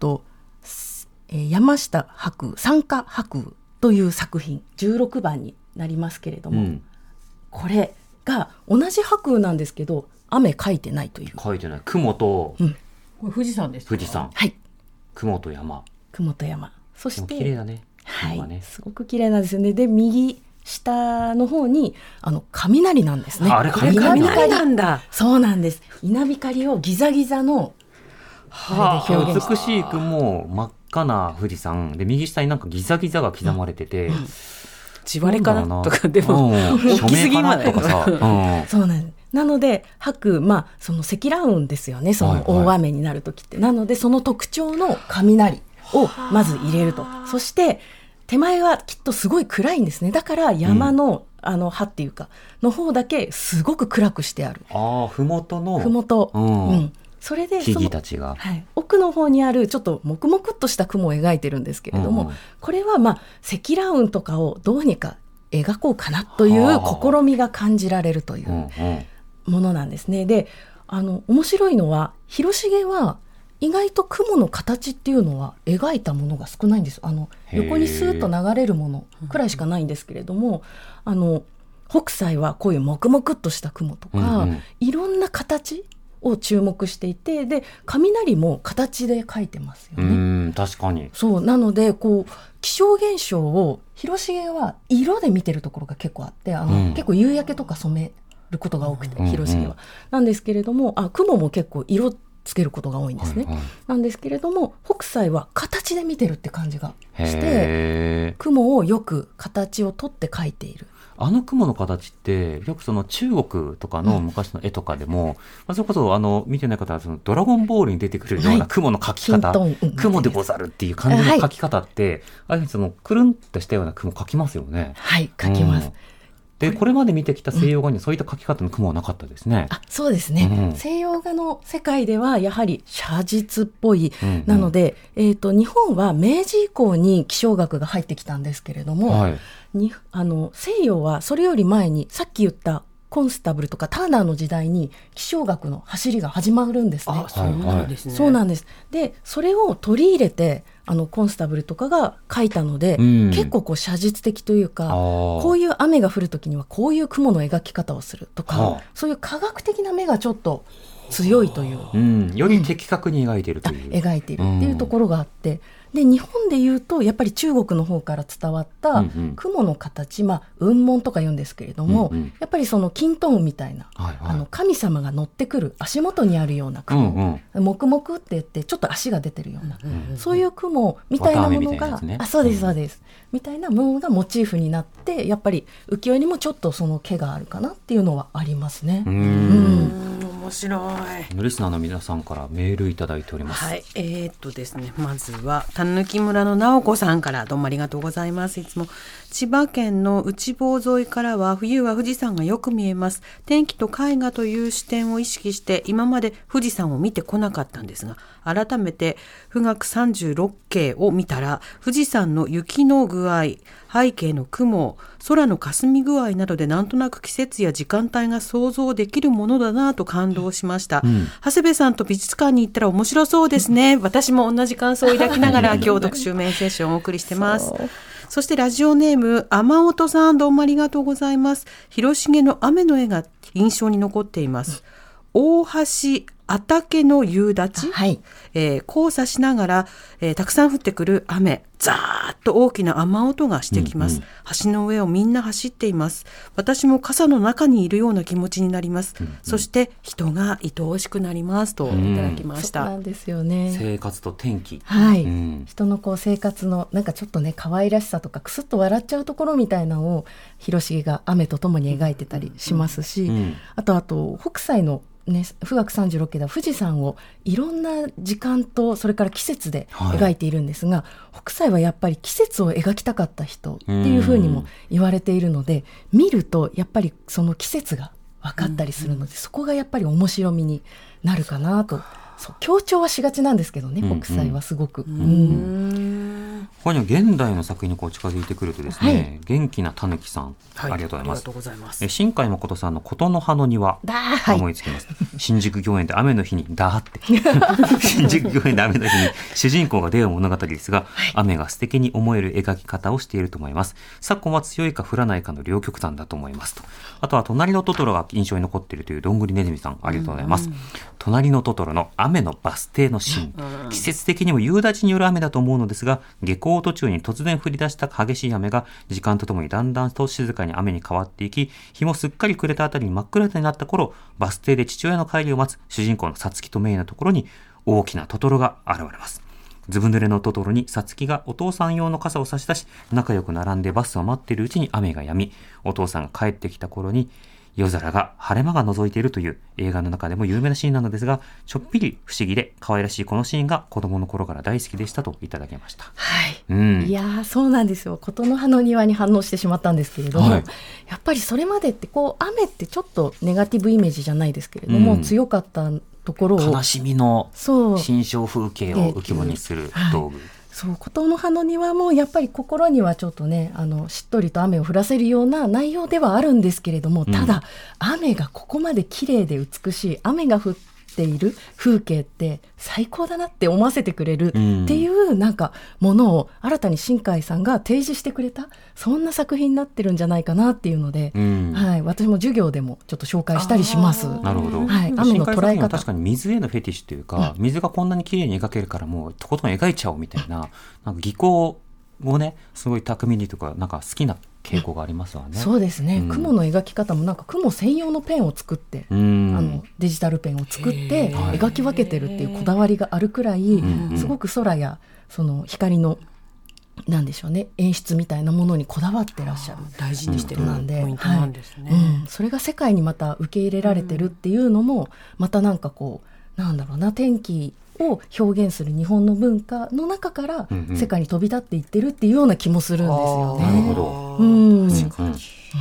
山下白雨三花白雨という作品16番になりますけれども、これが同じ白雨なんですけど雨描いてないという。 描いてない。雲と、 これ富士山ですか。 富士山。雲と山。 雲と山。そして綺麗だね。 すごく綺麗なんですよね。で右下の方に雷なんですね。 あれ雷なんだ。 そうなんです。稲光をギザギザのあれで表現して、 美しい雲、真っ赤な富士山で、右下になんかギザギザが刻まれてて、 地割れかなとか、でも署名かなとかさ、 そうなんです。なのでその積乱雲ですよね、その大雨になる時って、なのでその特徴の雷をまず入れると。そして手前はきっとすごい暗いんですね。だから山の、葉っていうかの方だけすごく暗くしてある。 ふもとのそれで木々たちが、 奥の方にあるちょっと黙々っとした雲を描いてるんですけれども、これは積乱雲とかをどうにか描こうかなという試みが感じられるというものなんですね。で、面白いのは広重は意外と雲の形っていうのは描いたものが少ないんです。横にスーッと流れるものくらいしかないんですけれども、北斎はこういう黙々っとした雲とか、いろんな形を注目していて、で雷も形で描いてますよね。 確かに。 そうなので気象現象を広重は色で見てるところが結構あって、結構夕焼けとか染めることが多くて、広重はなんですけれども、雲も結構色つけることが多いんですね。なんですけれども、北斎は形で見てるって感じがして、雲をよく形をとって描いている。 雲の形ってよくその中国とかの昔の絵とかでも、それこそ見てない方はそのドラゴンボールに出てくるような雲の描き方、雲でござるっていう感じの描き方って、ああいうそのくるんとしたような雲描きますよね。 はい、描きます。 でこれまで見てきた西洋画にはそういった描き方の雲はなかったですね。 そうですね、西洋画の世界ではやはり写実っぽい、なので、日本は明治以降に気象学が入ってきたんですけれども、西洋はそれより前にさっき言ったコンスタブルとかターナーの時代に気象学の走りが始まるんですね。 そうなんですね。 そうなんです。でそれを取り入れてコンスタブルとかが書いたので、結構写実的というか、こういう雨が降るときにはこういう雲の描き方をするとか、そういう科学的な目がちょっと強いという、 より的確に描いているという、 描いているっていうところがあって、で日本でいうとやっぱり中国の方から伝わった雲の形、雲紋とか言うんですけれども、やっぱりその金遁雲みたいな、神様が乗ってくる足元にあるような雲、黙々って言ってちょっと足が出てるような、そういう雲みたいなものが、そうですそうです、みたいなものがモチーフになって、やっぱり浮世絵にもちょっとその毛があるかなっていうのはありますね。 面白い。 リスナーの皆さんからメールいただいております。 はい、ですね、まずはたぬき村の直子さんから、どうもありがとうございます。いつも千葉県の内房沿いからは冬は富士山がよく見えます。天気と絵画という視点を意識して今まで富士山を見てこなかったんですが、改めて富岳36景を見たら、富士山の雪の具合、背景の雲、空の霞具合などでなんとなく季節や時間帯が想像できるものだなと感動しました。長谷部さんと美術館に行ったら面白そうですね。私も同じ感想を抱きながら今日特集メインセッションをお送りしてます。そしてラジオネーム雨音さん、どうもありがとうございます。広重の雨の絵が印象に残っています。大橋あたけの夕立、交差しながら、たくさん降ってくる雨、ザーッと大きな雨音がしてきます。橋の上をみんな走っています。私も傘の中にいるような気持ちになります。そして人が愛おしくなりますといただきました。 そうなんですよね。 生活と天気、 人の生活のなんかちょっとね、可愛らしさとかクスッと笑っちゃうところみたいなのを広重が雨とともに描いてたりしますし、あと北斎の富岳36景では富士山をいろんな時間とそれから季節で描いているんですが、北斎はやっぱり季節を描きたかった人っていうふうにも言われているので、見るとやっぱりその季節が分かったりするので、そこがやっぱり面白みになるかなと。強調はしがちなんですけどね、北斎はすごく。 ここには現代の作品に近づいてくるとですね、元気なたぬきさん、ありがとうございます。新海誠さんの琴の葉の庭、思いつきます。新宿御苑で雨の日にだーって新宿御苑で雨の日に主人公が出会う物語ですが、雨が素敵に思える描き方をしていると思います。昨今は強いか降らないかの両極端だと思いますと。あとは隣のトトロが印象に残っているというどんぐりねずみさん、ありがとうございます。隣のトトロの雨のバス停のシーン、季節的にも夕立による雨だと思うのですが、下校旅行途中に突然降り出した激しい雨が時間とともにだんだんと静かに雨に変わっていき、日もすっかり暮れたあたりに真っ暗になった頃、バス停で父親の帰りを待つ主人公のさつきとメイのところに大きなトトロが現れます。ずぶ濡れのトトロにさつきがお父さん用の傘を差し出し、仲良く並んでバスを待っているうちに雨が止み、お父さんが帰ってきた頃に夜空が晴れ間が覗いているという映画の中でも有名なシーンなのですが、ちょっぴり不思議で可愛らしいこのシーンが子供の頃から大好きでしたといただきました。 はい、 うん、 いやーそうなんですよ。琴の葉の庭に反応してしまったんですけれども、 はい、 やっぱりそれまでってこう雨ってちょっとネガティブイメージじゃないですけれども、強かったところを悲しみの心象風景を浮き彫りにする道具、 そう琴の葉の庭もやっぱり心にはちょっとねしっとりと雨を降らせるような内容ではあるんですけれども、ただ雨がここまで綺麗で美しい、雨が降っている風景って最高だなって思わせてくれるっていうなんかものを新たに新海さんが提示してくれた、そんな作品になってるんじゃないかなっていうので、はい、私も授業でもちょっと紹介したりします。 なるほど、 はい、雨の捉え方、 確かに水へのフェティッシュというか、水がこんなに綺麗に描けるからもうとことん描いちゃおうみたいな、なんか技巧をねすごい巧みにとかなんか好きな傾向がありますわね。 そうですね、雲の描き方もなんか雲専用のペンを作って、デジタルペンを作って描き分けてるっていうこだわりがあるくらい、すごく空やその光のなんでしょうね、演出みたいなものにこだわってらっしゃる、 大事にしてるポイントなんですね、 それが世界にまた受け入れられてるっていうのも、またなんかこうなんだろうな、天気を表現する日本の文化の中から世界に飛び立っていってるっていうような気もするんですよね。 なるほど、確かに、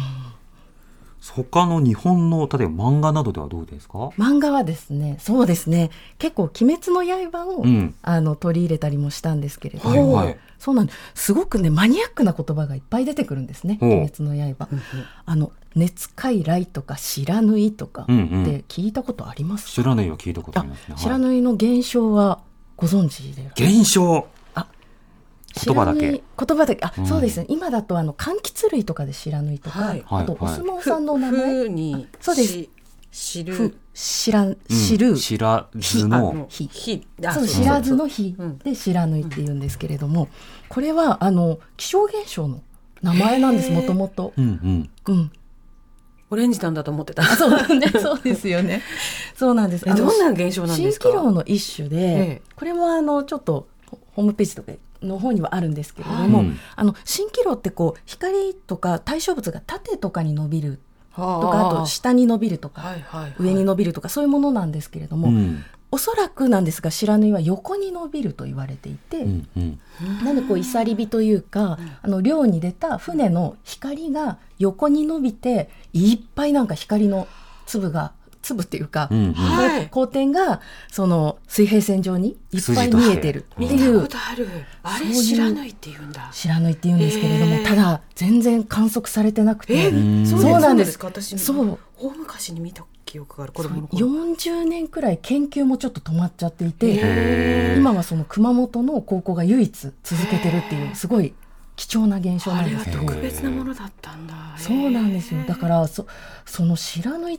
他の日本の例えば漫画などではどうですか？ 漫画はですね、そうですね、結構鬼滅の刃を、取り入れたりもしたんですけれども、そうなんです、すごくねマニアックな言葉がいっぱい出てくるんですね、鬼滅の刃。熱傀儡とか白縫いとかって聞いたことありますか？ 白縫いは聞いたことありますね。 白縫いの現象はご存知で？ 現象、言葉だけ。 そうですね。今だと柑橘類とかで白縫いとか、あとお相撲さんの名前、そうです。知る知らずの日、そう知らずの日で白縫いって言うんですけれども、これは気象現象の名前なんです、もともと。 オレンジなんだと思ってた。 そうですよね。そうなんです。 どんな現象なんですか？ 蜃気楼の一種で、これもちょっとホームページとかの方にはあるんですけれども、蜃気楼ってこう光とか対象物が縦とかに伸びるとか、あと下に伸びるとか、上に伸びるとか、そういうものなんですけれども、おそらくなんですが白縫いは横に伸びると言われていて、なのでこういさり火というか、漁に出た船の光が横に伸びて、いっぱいなんか光の粒っていうか、光点がその水平線上にいっぱい見えてるっていう。 見たことある。あれ白縫いって言うんだ。 白縫いって言うんですけれども、ただ全然観測されてなくて、 そうなんですか。私そう大昔に見た記憶がある。子供の頃40年くらい研究もちょっと止まっちゃっていて、今はその熊本の高校が唯一続けてるっていうすごい貴重な現象なんですけど。 あれは特別なものだったんだ。 そうなんですよ。だからその白縫いって、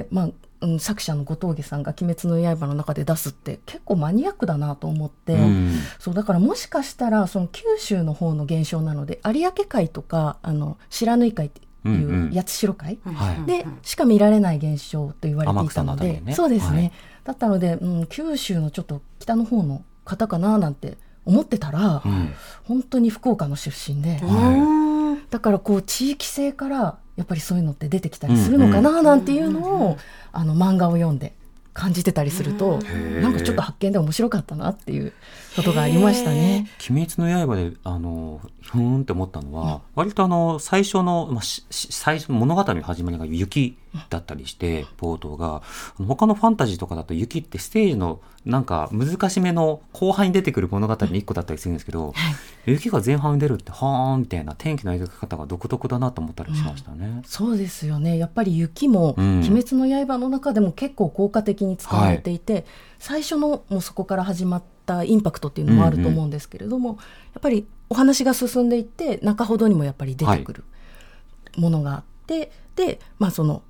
作者の後藤家さんが鬼滅の刃の中で出すって結構マニアックだなと思って、そうだからもしかしたらその九州の方の現象なので、有明海とか白縫い海っていう八代海でしか見られない現象と言われていたので、そうですね、だったので、九州のちょっと北の方の方かななんて思ってたら、本当に福岡の出身で、だからこう地域性からやっぱりそういうのって出てきたりするのかななんていうのを漫画を読んで感じてたりすると、なんかちょっと発見で面白かったなっていうことがありましたね。 鬼滅の刃でふーんって思ったのは、割と最初の、最初の物語の始まりが雪だったりして、冒頭が他のファンタジーとかだと雪ってステージのなんか難しめの後半に出てくる物語の一個だったりするんですけど、雪が前半に出るってはーんみたいな天気の描き方が独特だなと思ったりしましたね。 そうですよね。やっぱり雪も鬼滅の刃の中でも結構効果的に使われていて、最初のもうそこから始まったインパクトっていうのもあると思うんですけれども、やっぱりお話が進んでいって中ほどにもやっぱり出てくるものがあって、でその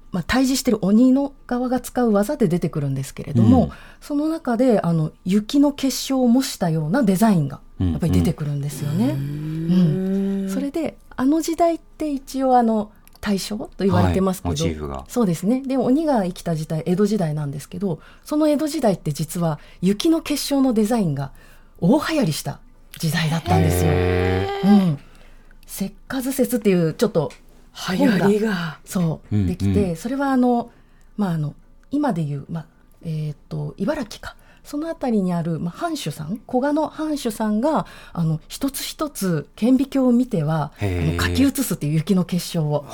対峙してる鬼の側が使う技で出てくるんですけれども、その中で雪の結晶を模したようなデザインがやっぱり出てくるんですよね。それで時代って一応大正と言われてますけど、 モチーフがそうですね。で鬼が生きた時代江戸時代なんですけど、その江戸時代って実は雪の結晶のデザインが大流行りした時代だったんですよ。石化図説っていうちょっと流行りがそうできて、それは今でいう、茨城か、そのあたりにある、藩主さん、古賀の藩主さんが一つ一つ顕微鏡を見ては書き写すっていう雪の結晶を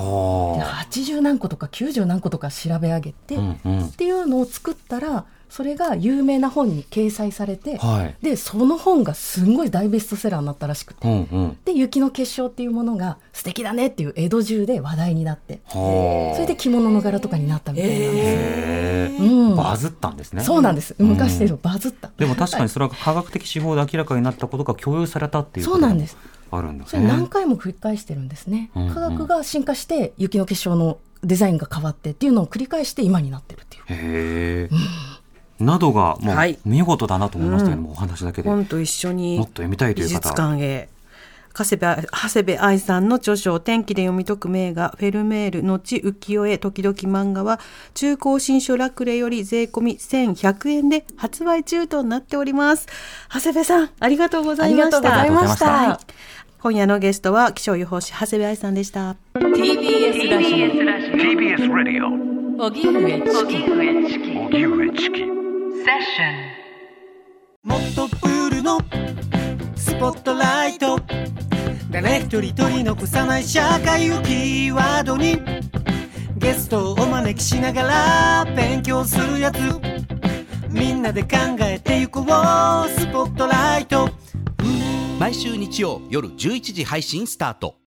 80何個とか90何個とか調べ上げて、っていうのを作ったら、それが有名な本に掲載されて、でその本がすんごい大ベストセラーになったらしくて、で雪の結晶っていうものが素敵だねっていう江戸中で話題になって、それで着物の柄とかになったみたいなんです。 バズったんですね。 そうなんです。昔でのバズった。 でも確かにそれが科学的手法で明らかになったことが共有されたっていうことがあるんですね。 それ何回も繰り返してるんですね。科学が進化して雪の結晶のデザインが変わってっていうのを繰り返して今になってるっていう。 などがもう見事だなと思いましたけども、お話だけで本当一緒にもっと読みたいという方、 美術館へ。長谷部愛さんの著書天気で読み解く名画フェルメール後浮世絵時々漫画は中高新書ラクレより税込み1100円で発売中となっております。長谷部さんありがとうございました。 ありがとうございました。 今夜のゲストは気象予報士長谷部愛さんでした。 TBS ラジオ TBS Radio 荻上チキセッション。 もっとプールのスポットライト、誰一人取り残さない社会をキーワードにゲストをお招きしながら勉強するやつ、みんなで考えてゆこうスポットライト。 毎週日曜夜11時配信スタート。